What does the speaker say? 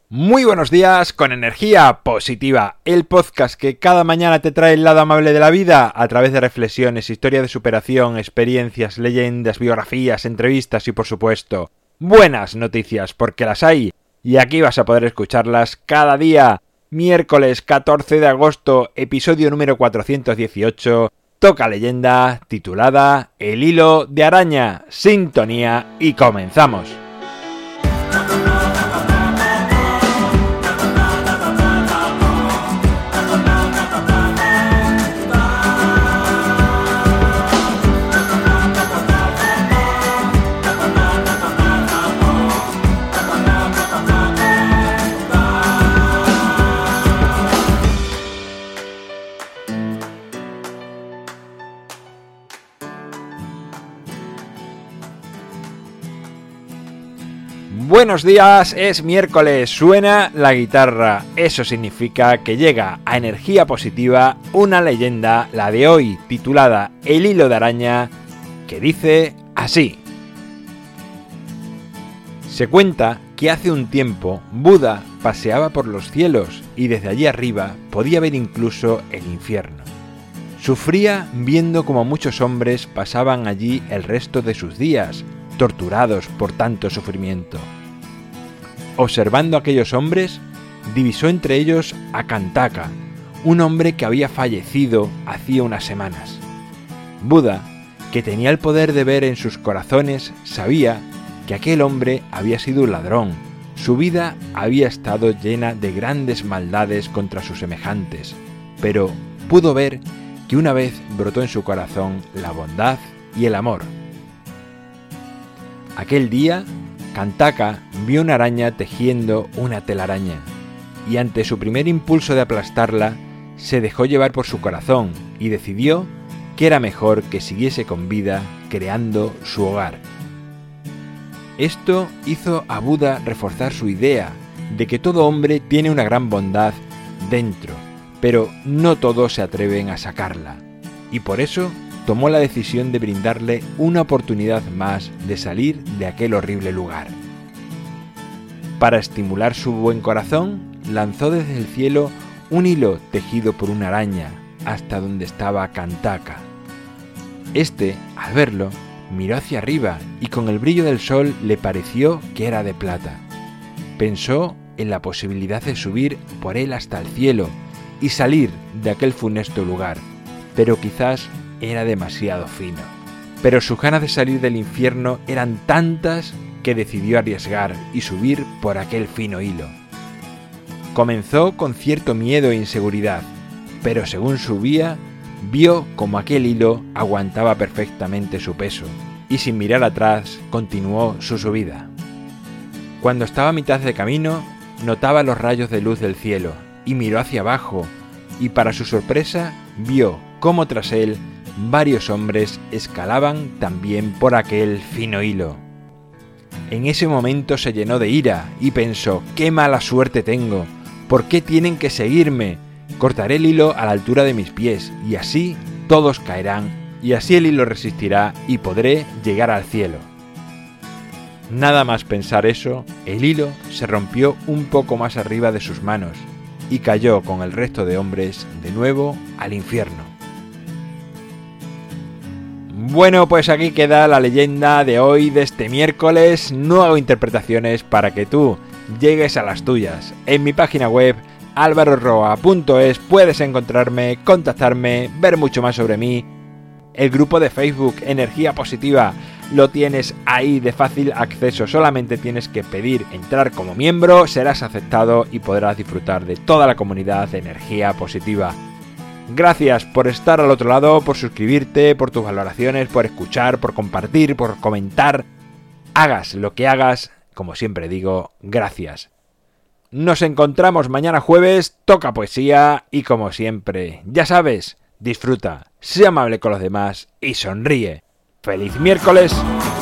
Muy buenos días con energía positiva, el podcast que cada mañana te trae el lado amable de la vida a través de reflexiones, historia de superación, experiencias, leyendas, biografías, entrevistas y por supuesto, buenas noticias porque las hay y aquí vas a poder escucharlas cada día. Miércoles 14 de agosto, episodio número 418, toca leyenda titulada El hilo de araña, sintonía y comenzamos. Buenos días, es miércoles, suena la guitarra, eso significa que llega a energía positiva una leyenda, la de hoy, titulada El hilo de araña, que dice así. Se cuenta que hace un tiempo Buda paseaba por los cielos y desde allí arriba podía ver incluso el infierno. Sufría viendo cómo muchos hombres pasaban allí el resto de sus días, torturados por tanto sufrimiento. Observando a aquellos hombres, divisó entre ellos a Kantaka, un hombre que había fallecido hacía unas semanas. Buda, que tenía el poder de ver en sus corazones, sabía que aquel hombre había sido un ladrón. Su vida había estado llena de grandes maldades contra sus semejantes, pero pudo ver que una vez brotó en su corazón la bondad y el amor. Aquel día, Kantaka vio una araña tejiendo una telaraña, y ante su primer impulso de aplastarla, se dejó llevar por su corazón y decidió que era mejor que siguiese con vida creando su hogar. Esto hizo a Buda reforzar su idea de que todo hombre tiene una gran bondad dentro, pero no todos se atreven a sacarla, y por eso tomó la decisión de brindarle una oportunidad más de salir de aquel horrible lugar. Para estimular su buen corazón, lanzó desde el cielo un hilo tejido por una araña hasta donde estaba Kantaka. Este, al verlo, miró hacia arriba y con el brillo del sol le pareció que era de plata. Pensó en la posibilidad de subir por él hasta el cielo y salir de aquel funesto lugar, pero quizás era demasiado fino. Pero sus ganas de salir del infierno eran tantas que decidió arriesgar y subir por aquel fino hilo. Comenzó con cierto miedo e inseguridad, pero según subía, vio como aquel hilo aguantaba perfectamente su peso, y sin mirar atrás continuó su subida. Cuando estaba a mitad de camino, notaba los rayos de luz del cielo, y miró hacia abajo, y para su sorpresa, vio cómo tras él varios hombres escalaban también por aquel fino hilo. En ese momento se llenó de ira y pensó: ¡qué mala suerte tengo! ¿Por qué tienen que seguirme? Cortaré el hilo a la altura de mis pies y así todos caerán y así el hilo resistirá y podré llegar al cielo. Nada más pensar eso, el hilo se rompió un poco más arriba de sus manos y cayó con el resto de hombres de nuevo al infierno. Bueno, pues aquí queda la leyenda de hoy, de este miércoles. No hago interpretaciones para que tú llegues a las tuyas. En mi página web alvaroroa.es puedes encontrarme, contactarme, ver mucho más sobre mí. El grupo de Facebook Energía Positiva lo tienes ahí de fácil acceso. Solamente tienes que pedir entrar como miembro, serás aceptado y podrás disfrutar de toda la comunidad de Energía Positiva. Gracias por estar al otro lado, por suscribirte, por tus valoraciones, por escuchar, por compartir, por comentar. Hagas lo que hagas, como siempre digo, gracias. Nos encontramos mañana jueves, toca poesía y como siempre, ya sabes, disfruta, sé amable con los demás y sonríe. ¡Feliz miércoles!